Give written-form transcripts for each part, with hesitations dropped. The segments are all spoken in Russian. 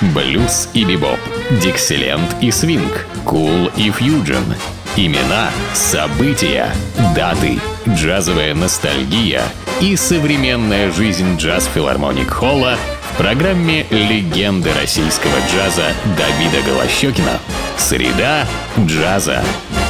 Блюз и бибоп, диксиленд и свинг, кул и фьюджен. Имена, события, даты, джазовая ностальгия и современная жизнь джаз-филармоник Холла в программе «Легенды российского джаза» Давида Голощёкина. Среда джаза.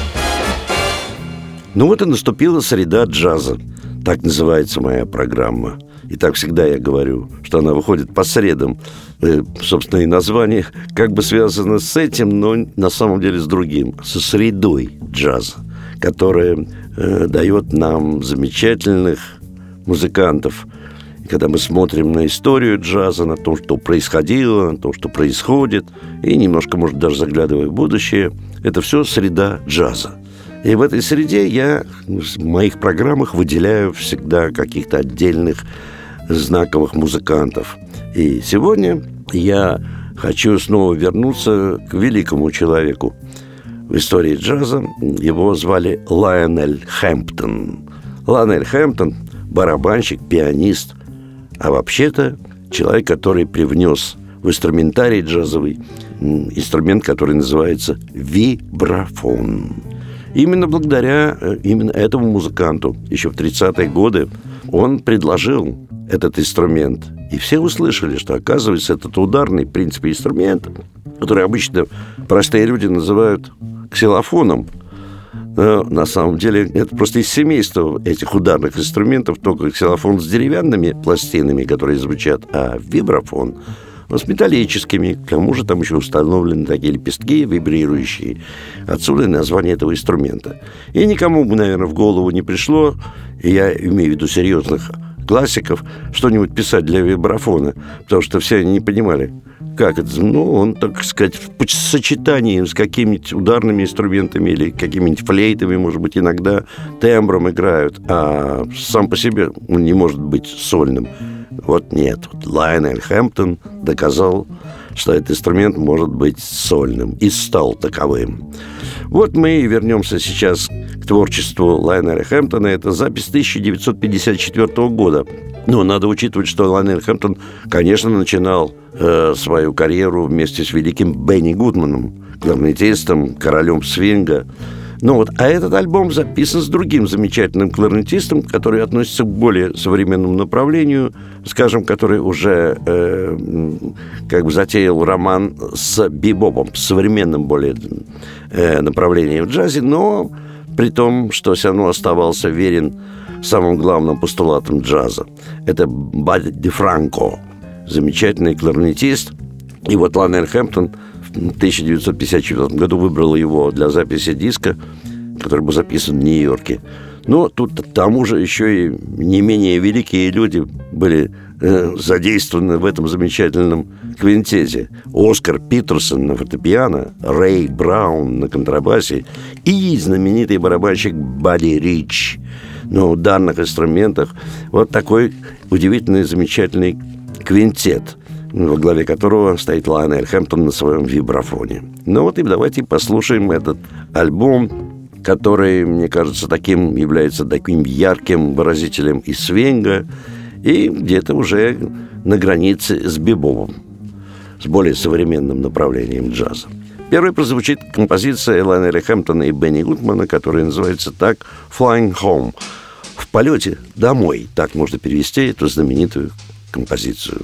Ну вот и наступила среда джаза. Так называется моя программа. И так всегда я говорю, что она выходит по средам. Собственно, и название как бы связано с этим, но на самом деле с другим. Со средой джаза, которая дает нам замечательных музыкантов. И когда мы смотрим на историю джаза, на то, что происходило, на то, что происходит, и немножко, может, даже заглядывая в будущее, это все среда джаза. И в этой среде я в моих программах выделяю всегда каких-то отдельных знаковых музыкантов. И сегодня я хочу снова вернуться к великому человеку в истории джаза. Его звали Лайонель Хэмптон. Лайонель Хэмптон – барабанщик, пианист, а вообще-то человек, который привнес в инструментарий джазовый инструмент, который называется вибрафон. Именно благодаря этому музыканту еще в 30-е годы он предложил этот инструмент. И все услышали, что, оказывается, этот ударный, в принципе, инструмент, который обычно простые люди называют ксилофоном, но на самом деле это просто из семейства этих ударных инструментов, только ксилофон с деревянными пластинами, которые звучат, а вибрафон с металлическими, к тому же там еще установлены такие лепестки вибрирующие. Отсюда и название этого инструмента. И никому бы, наверное, в голову не пришло, и я имею в виду серьезных классиков, что-нибудь писать для вибрафона, потому что все они не понимали, как это. Ну, он, так сказать, в сочетании с какими-нибудь ударными инструментами или какими-нибудь флейтами, может быть, иногда тембром играют, а сам по себе он не может быть сольным. Вот нет. Вот Лайонель Хэмптон доказал, что этот инструмент может быть сольным, и стал таковым. Вот мы и вернемся сейчас к творчеству Лайонеля Хэмптона. Это запись 1954 года. Но надо учитывать, что Лайонель Хэмптон, конечно, начинал свою карьеру вместе с великим Бенни Гудманом, кларнетистом, королем свинга. Ну вот, а этот альбом записан с другим замечательным кларнетистом, который относится к более современному направлению, скажем, который уже как бы затеял роман с бибопом, с современным более направлением в джазе, но при том, что все равно оставался верен самым главным постулатам джаза. Это Бадди Дифранко, замечательный кларнетист. И вот Лайонель Хэмптон в 1954 году выбрал его для записи диска, который был записан в Нью-Йорке. Но тут к тому же еще и не менее великие люди были задействованы в этом замечательном квинтете. Оскар Питерсон на фортепиано, Рэй Браун на контрабасе и знаменитый барабанщик Бадди Рич на ударных инструментах. Вот такой удивительный, замечательный квинтет, во главе которого стоит Лайонель Хэмптон на своем вибрафоне. Ну вот и давайте послушаем этот альбом, который, мне кажется, является таким ярким выразителем и свинга, и где-то уже на границе с бибопом, с более современным направлением джаза. Первой прозвучит композиция Лайонеля Хэмптона и Бенни Гудмана, которая называется так «Flying Home» – «В полете домой». Так можно перевести эту знаменитую композицию.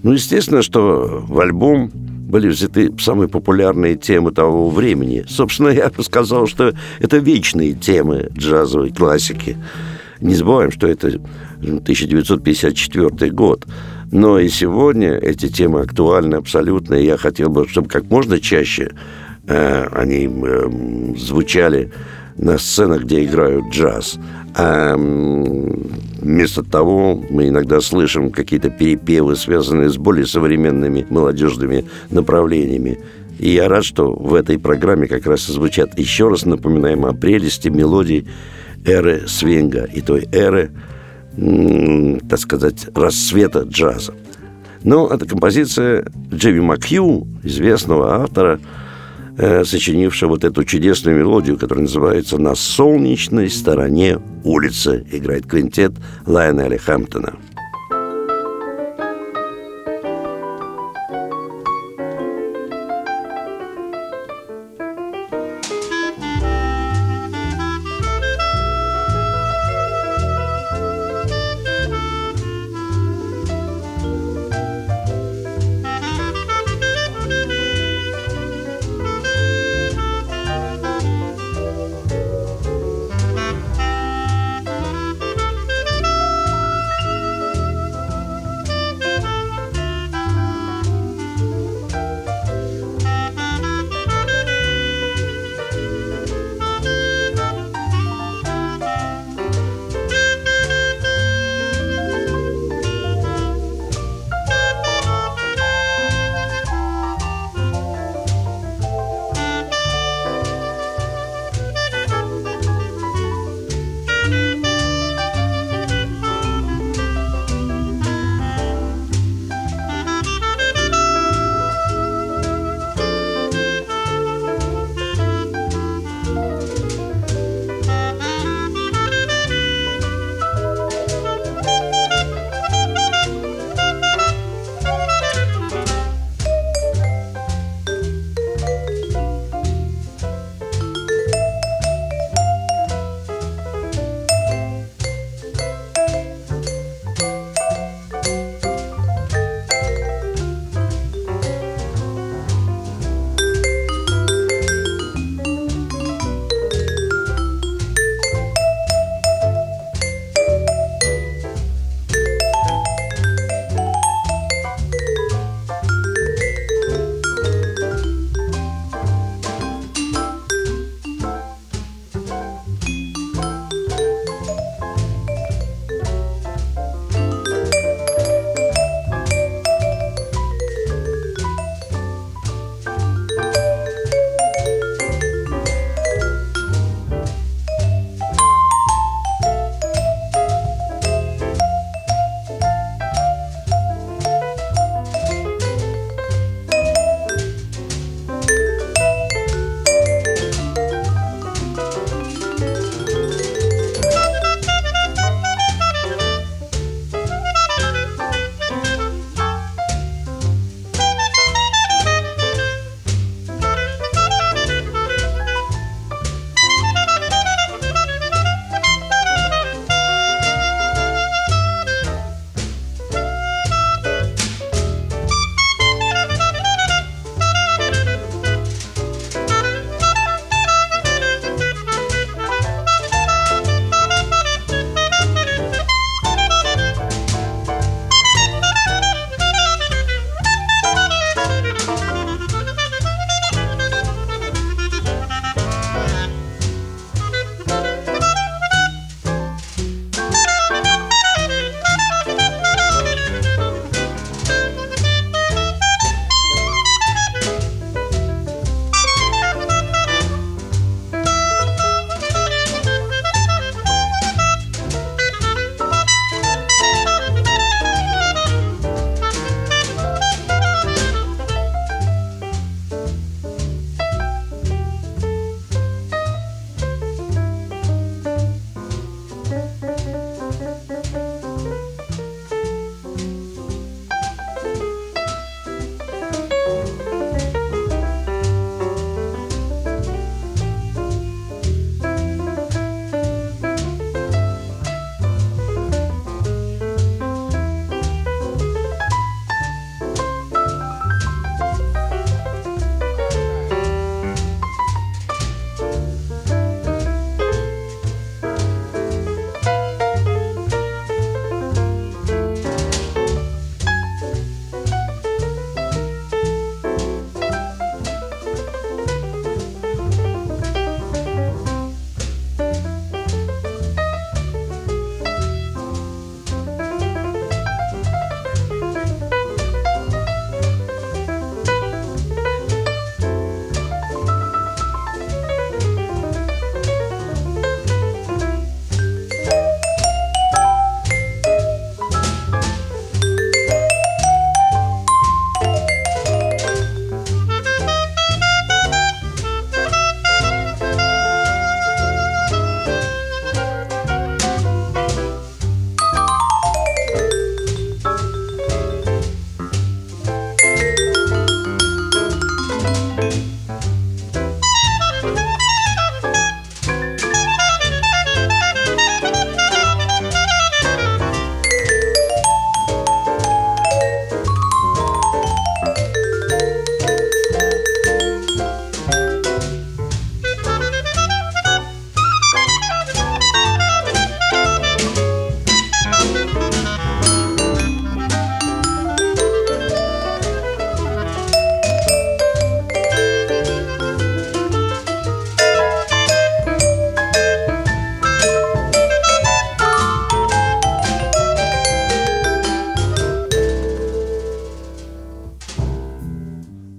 Ну, естественно, что в альбом были взяты самые популярные темы того времени. Собственно, я бы сказал, что это вечные темы джазовой классики. Не забываем, что это 1954 год. Но и сегодня эти темы актуальны абсолютно. И я хотел бы, чтобы как можно чаще они звучали на сценах, где играют джаз. А вместо того мы иногда слышим какие-то перепевы, связанные с более современными молодежными направлениями. И я рад, что в этой программе как раз и звучат. Еще раз напоминаем о прелести мелодий эры свинга и той эры, так сказать, расцвета джаза. Но это композиция Джимми Макхью, известного автора, сочинившего вот эту чудесную мелодию, которая называется «На солнечной стороне улицы». Играет квинтет Лайонеля Хэмптона.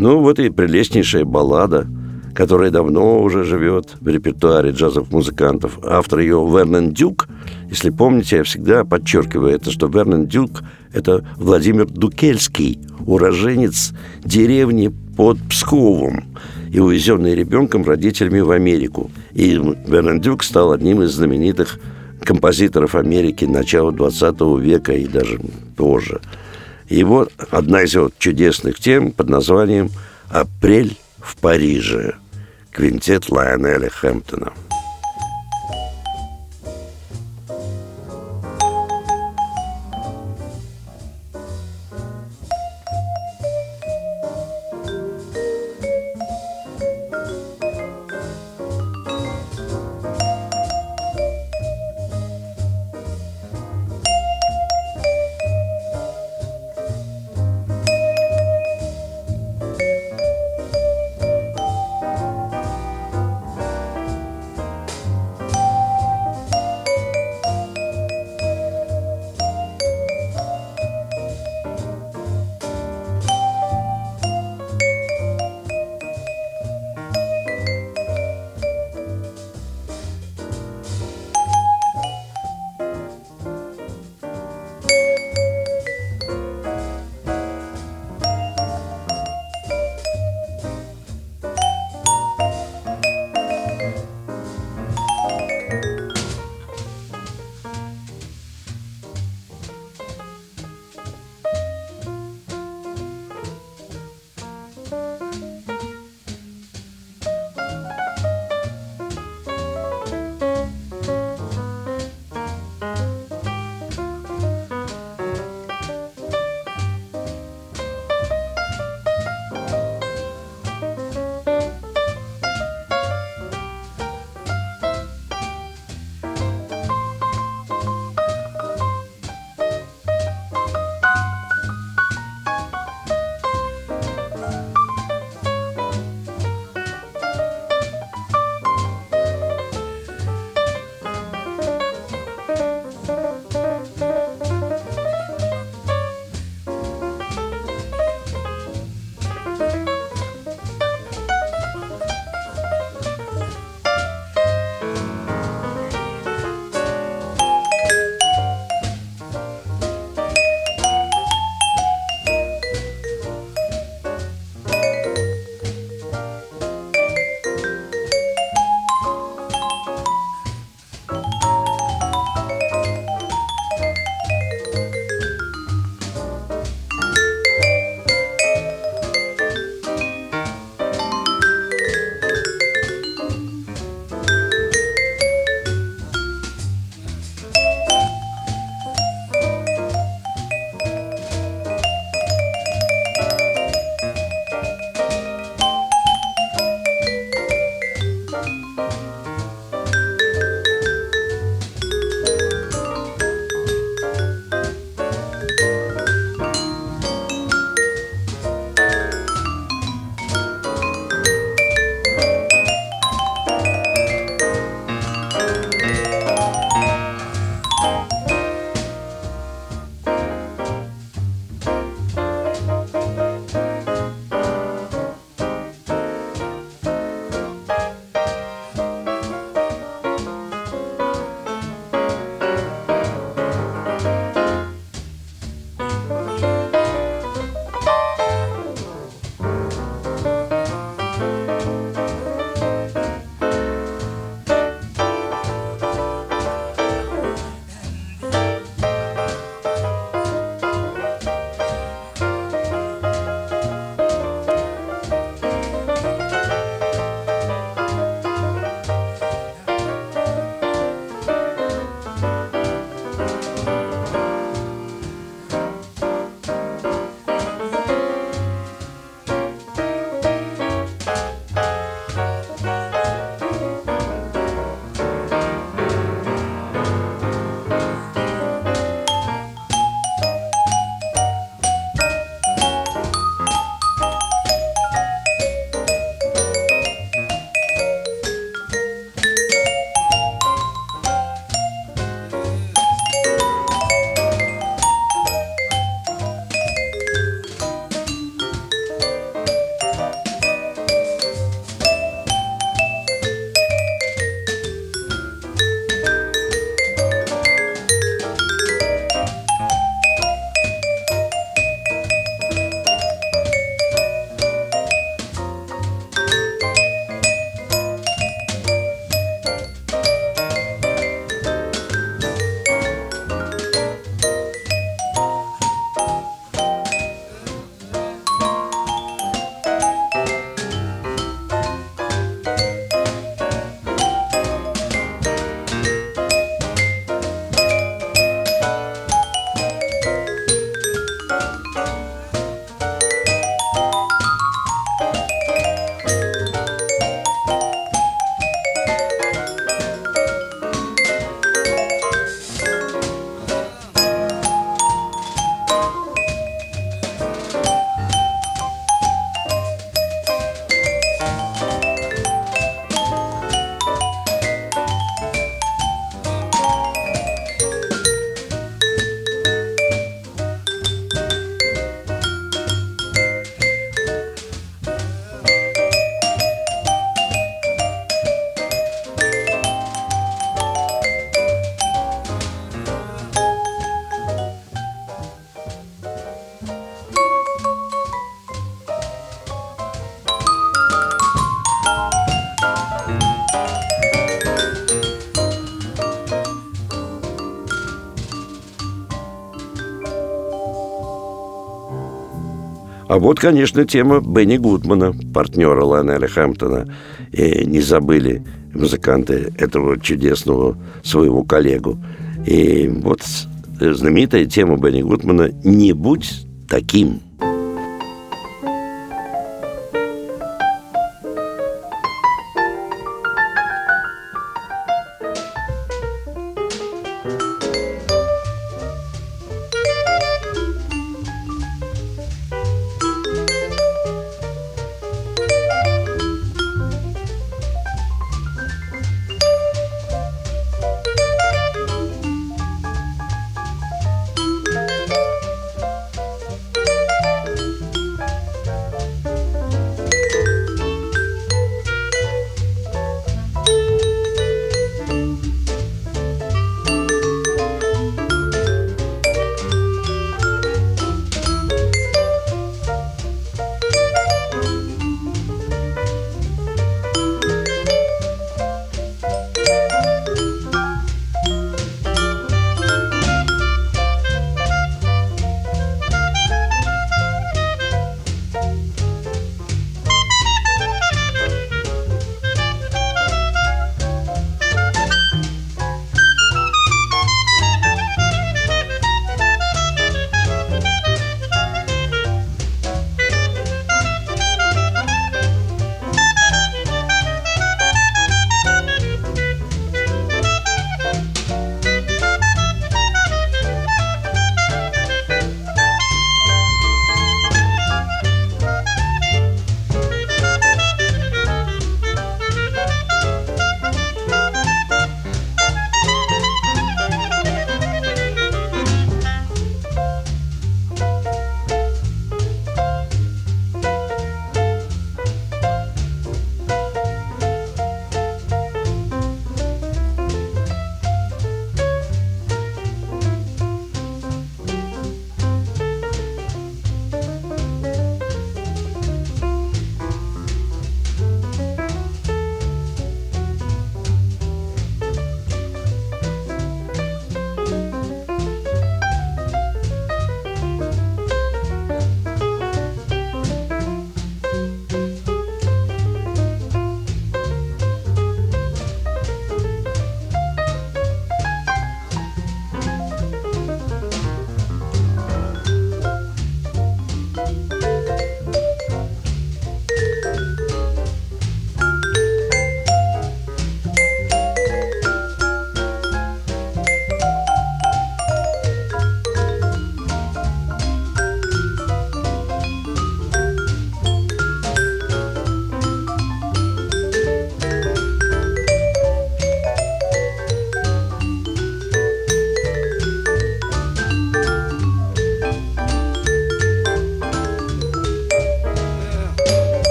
Ну, вот и прелестнейшая баллада, которая давно уже живет в репертуаре джазовых музыкантов. Автор ее Вернон Дюк. Если помните, я всегда подчеркиваю это, что Вернон Дюк – это Владимир Дукельский, уроженец деревни под Псковом и увезенный ребенком родителями в Америку. И Вернон Дюк стал одним из знаменитых композиторов Америки начала 20 века и даже позже. И вот одна из его чудесных тем под названием «Апрель в Париже». Квинтет Лайонеля Хэмптона. А вот, конечно, тема Бенни Гудмана, партнера Лайонеля Хэмптона. И не забыли музыканты этого чудесного своего коллегу. И вот знаменитая тема Бенни Гудмана «Не будь таким».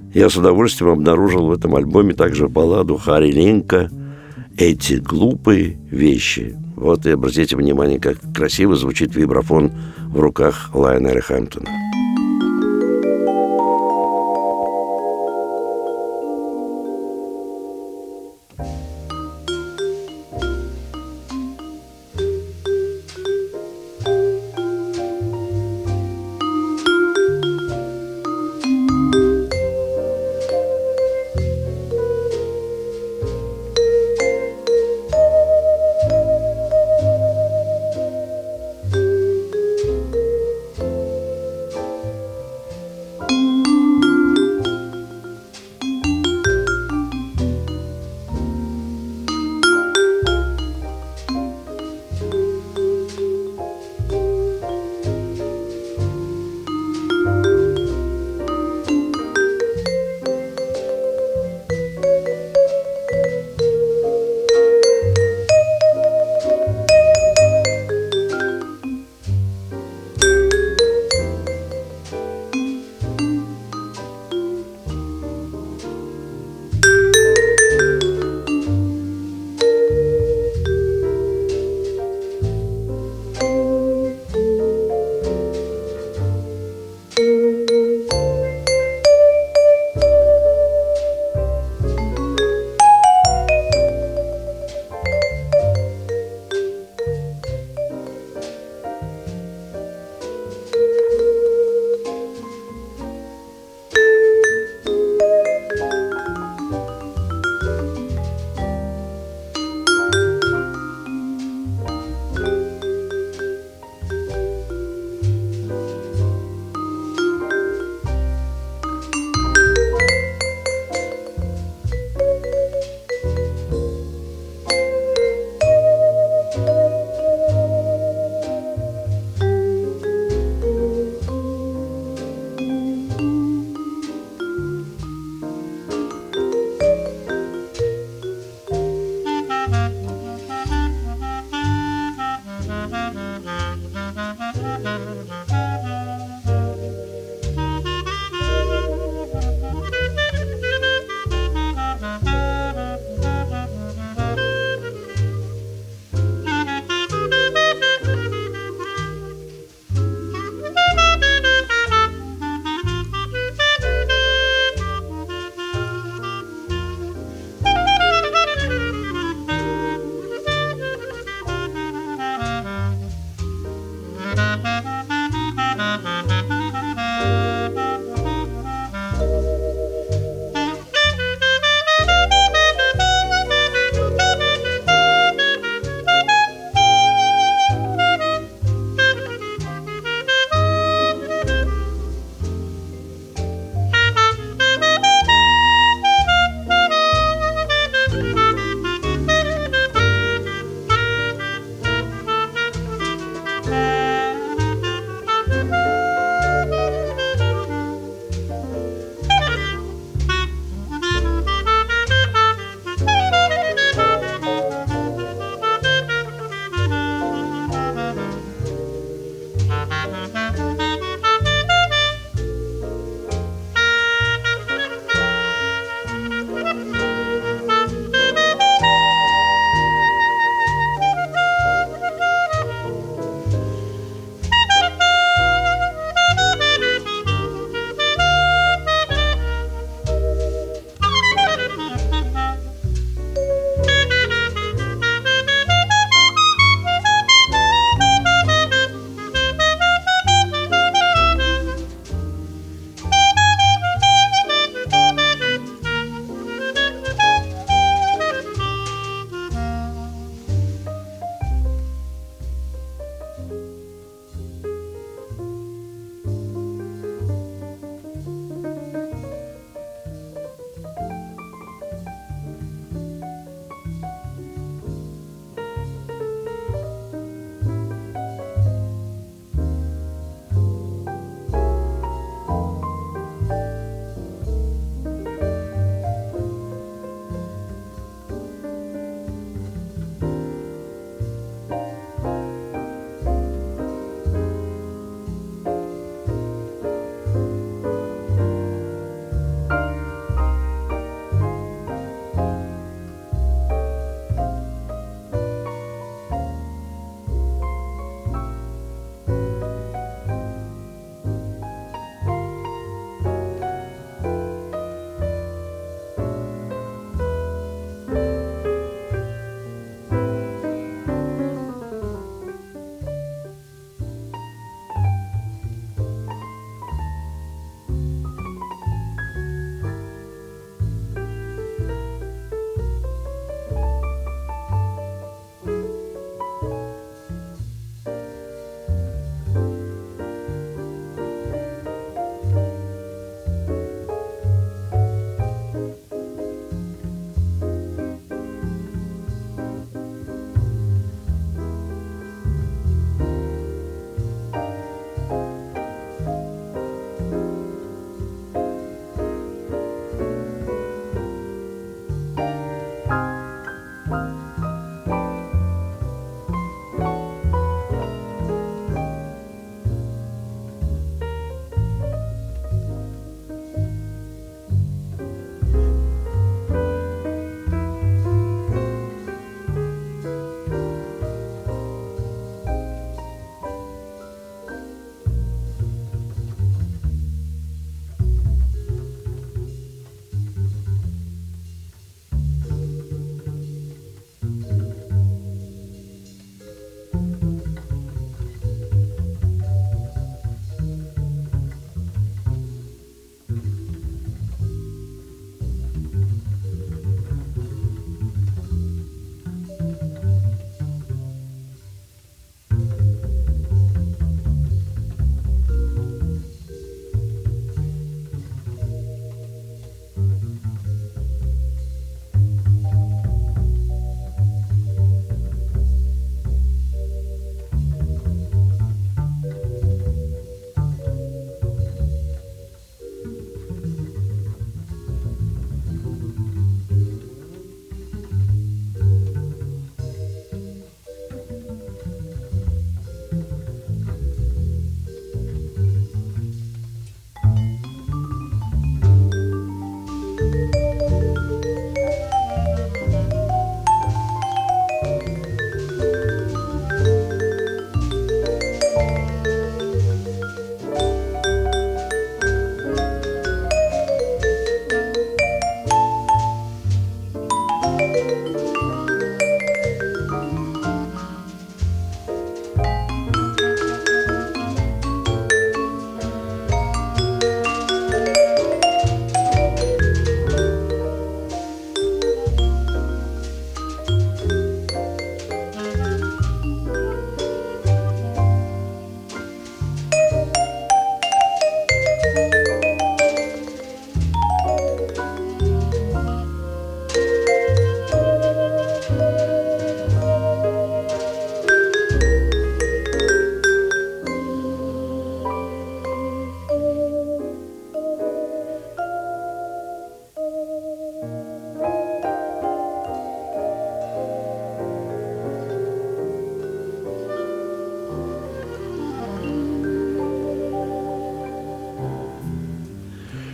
Я с удовольствием обнаружил в этом альбоме также балладу Харри Ленка «Эти глупые вещи». Вот и обратите внимание, как красиво звучит вибрафон в руках Лайонела Хэмптона.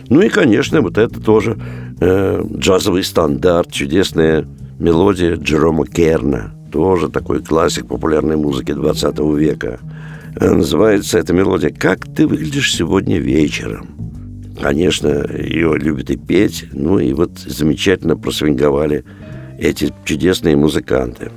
Ну и, конечно, вот это тоже джазовый стандарт, чудесная мелодия Джерома Керна, тоже такой классик популярной музыки 20 века. Называется эта мелодия «Как ты выглядишь сегодня вечером». Конечно, ее любят и петь. Ну и вот замечательно просвинговали эти чудесные музыканты.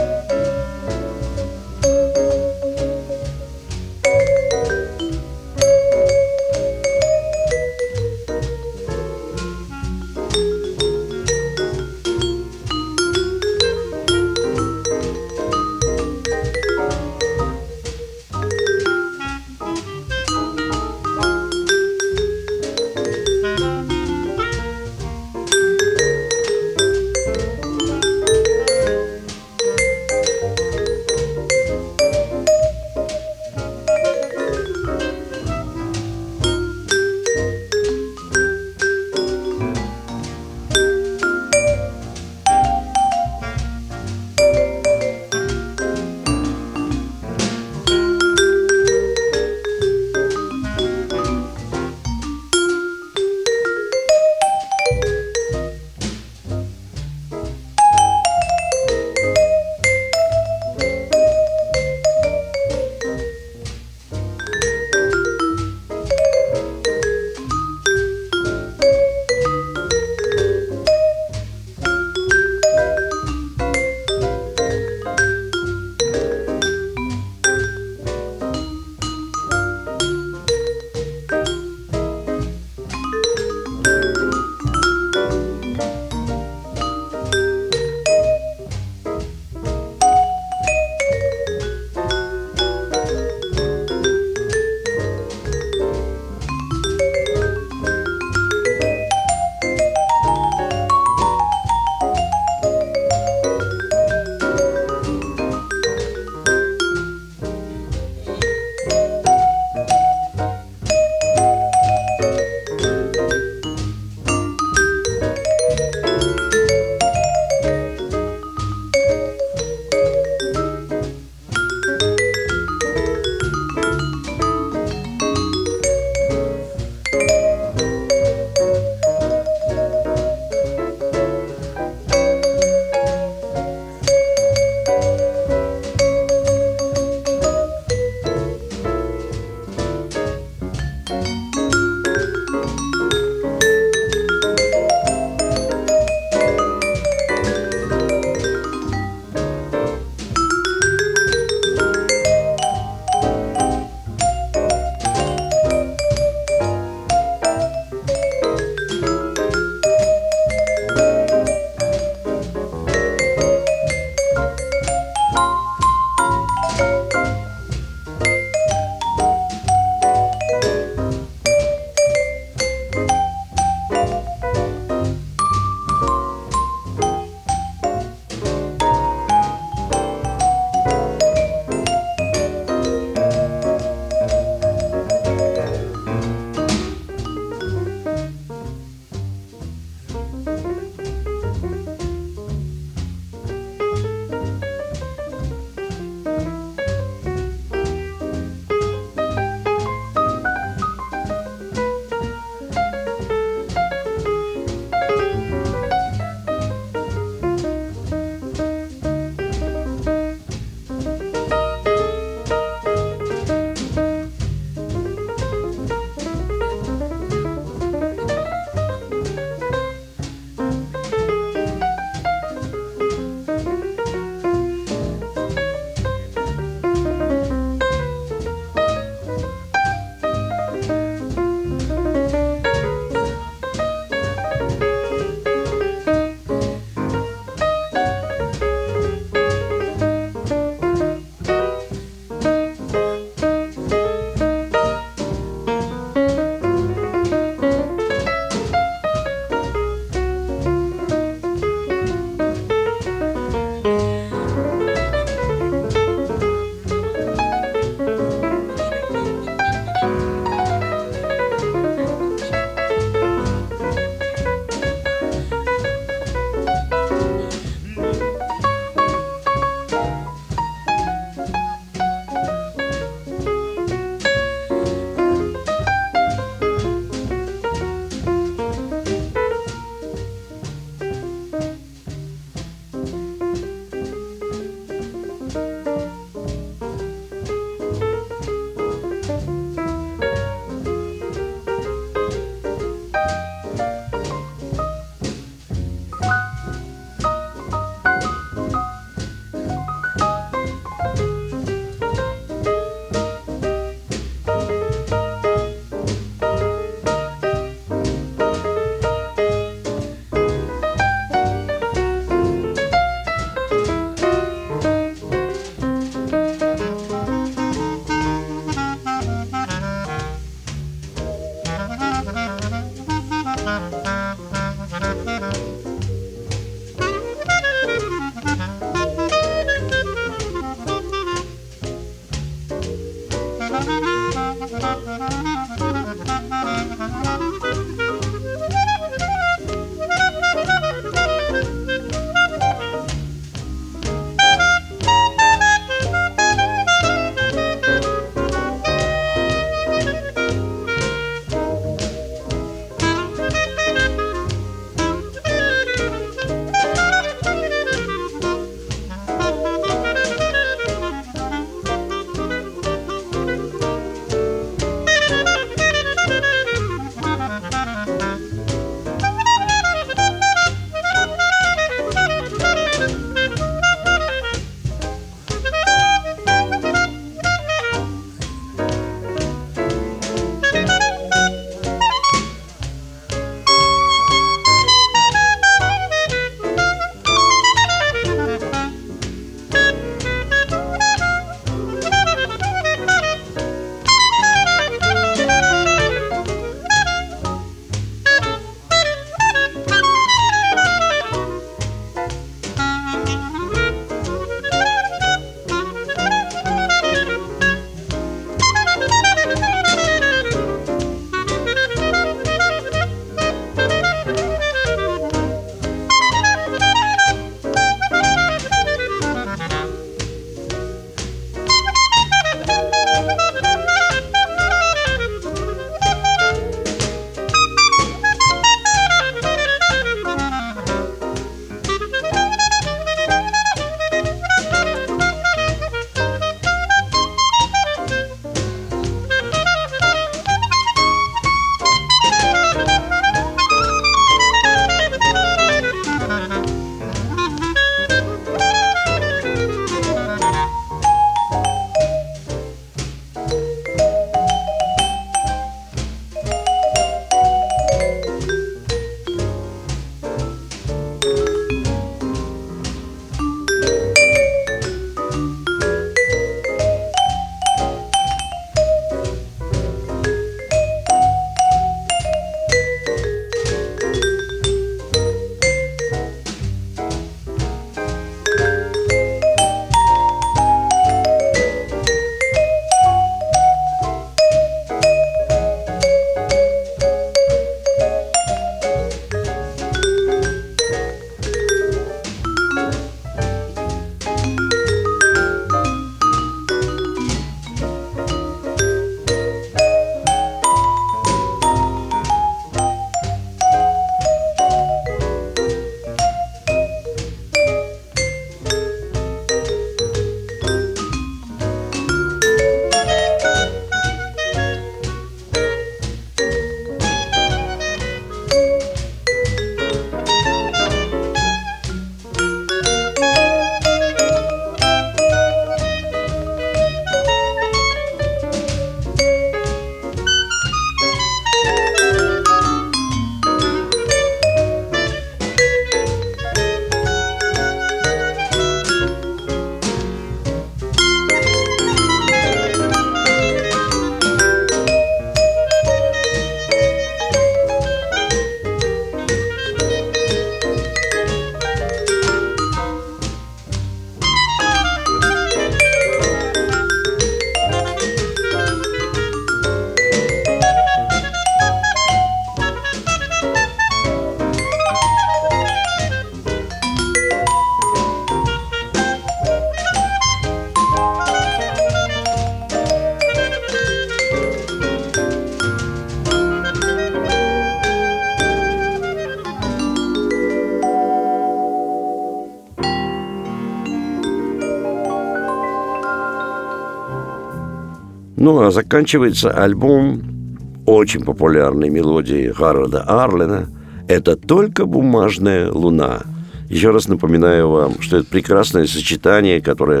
Ну, а заканчивается альбом очень популярной мелодией Гарольда Арлена «Это только бумажная луна». Еще раз напоминаю вам, что это прекрасное сочетание, которое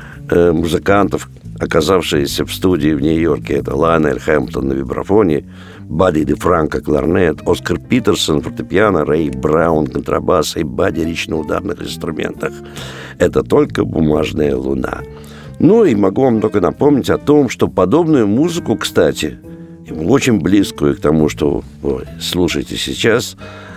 музыкантов, оказавшиеся в студии в Нью-Йорке, это Лайонель Хэмптон на вибрафоне, Бадди Ди Франко кларнет, Оскар Питерсон фортепиано, Рэй Браун контрабас и Бадди Рич на ударных инструментах. Это только бумажная луна. Ну и могу вам только напомнить о том, что подобную музыку, кстати, очень близкую к тому, что вы слушаете сейчас,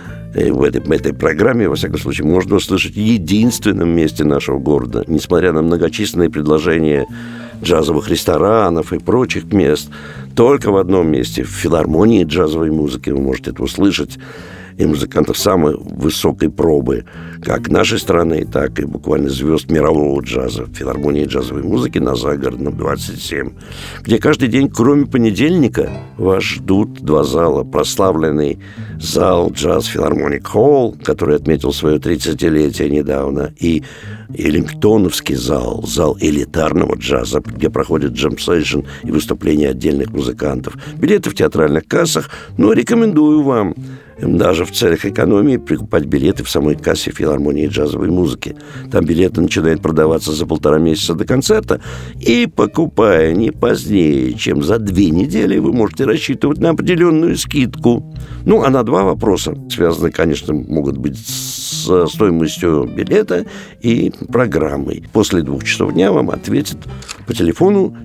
в этой программе, во всяком случае, можно услышать в единственном месте нашего города, несмотря на многочисленные предложения джазовых ресторанов и прочих мест. Только в одном месте, в филармонии джазовой музыки, вы можете это услышать, и музыкантов самой высокой пробы, как нашей страны, так и буквально звезд мирового джаза, в филармонии джазовой музыки на Загородном 27, где каждый день, кроме понедельника, вас ждут два зала. Прославленный зал Джаз Филармоник Холл, который отметил свое 30-летие недавно, и Эллингтоновский зал, зал элитарного джаза, где проходит джем-сейшн и выступления отдельных музыкантов. Билеты в театральных кассах, но рекомендую вам даже в целях экономии прикупать билеты в самой кассе филармонии джазовой музыки. Там билеты начинают продаваться за 1,5 месяца до концерта, и, покупая не позднее, чем за 2 недели, вы можете рассчитывать на определенную скидку. Ну, а на 2 вопроса, связанные, конечно, могут быть с стоимостью билета и программой. После 2 часов дня вам ответят по телефону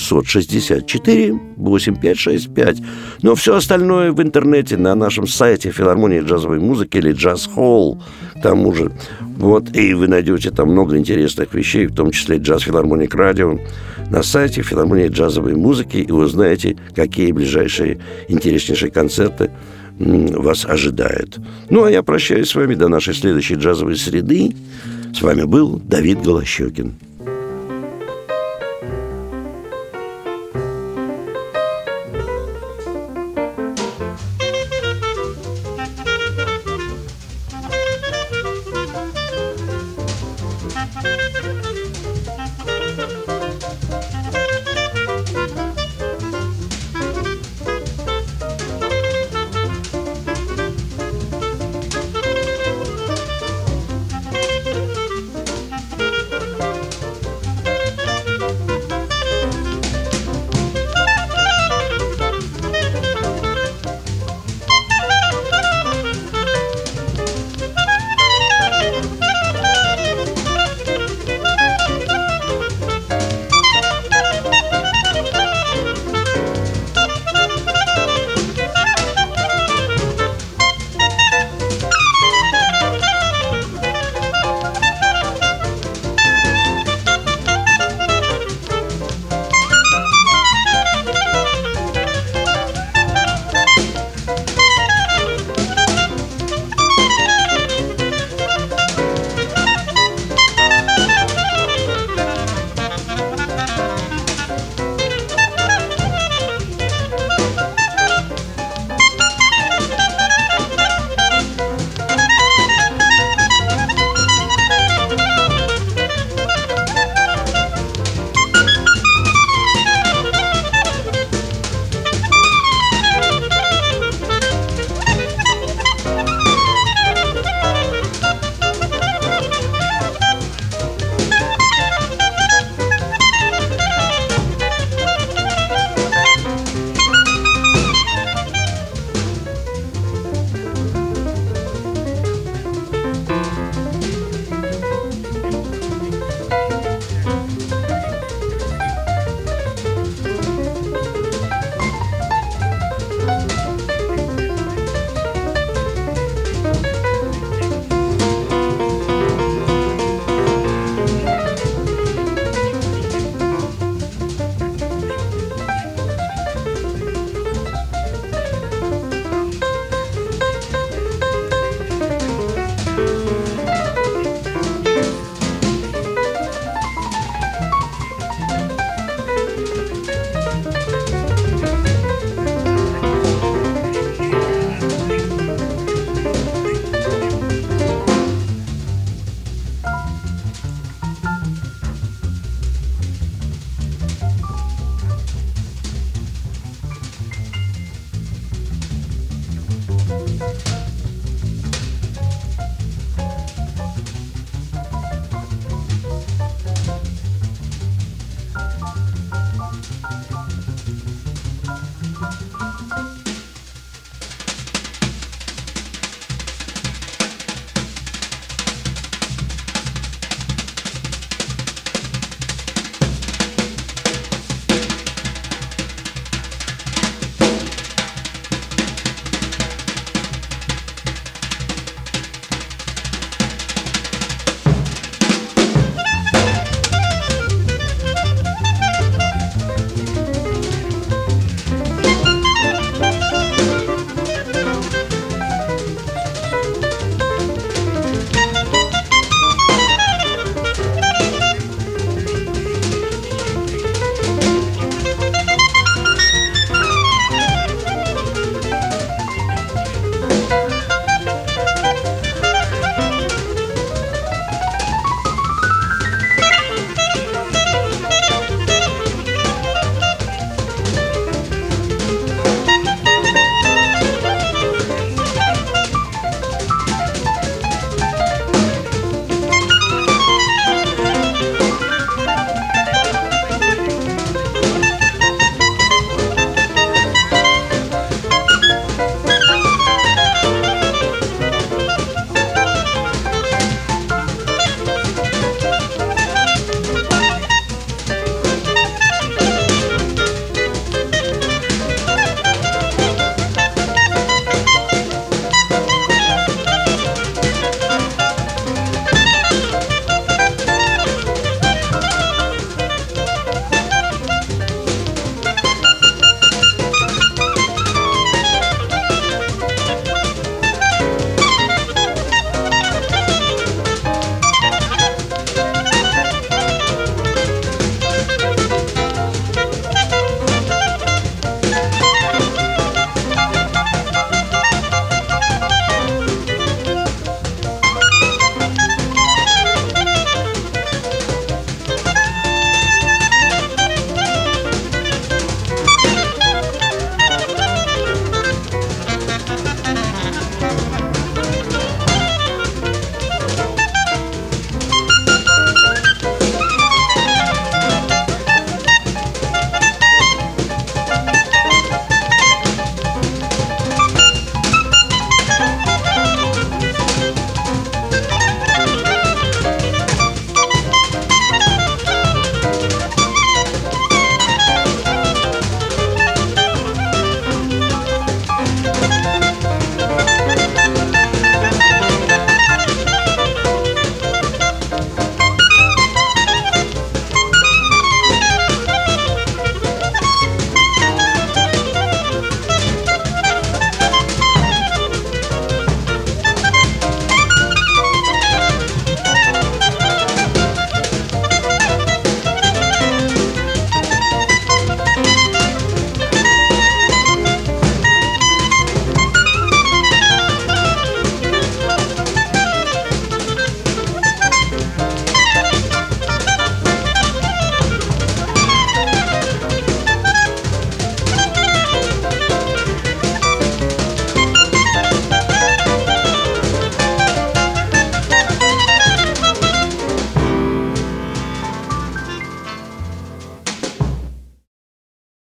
764-8565. Но все остальное в интернете, на нашем сайте филармонии джазовой музыки или Джаз Холл. К тому же, вот, и вы найдете там много интересных вещей, в том числе Джаз Филармоник Радио, на сайте филармонии джазовой музыки, и узнаете, какие ближайшие интереснейшие концерты вас ожидают. Ну, а я прощаюсь с вами до нашей следующей джазовой среды. С вами был Давид Голощёкин.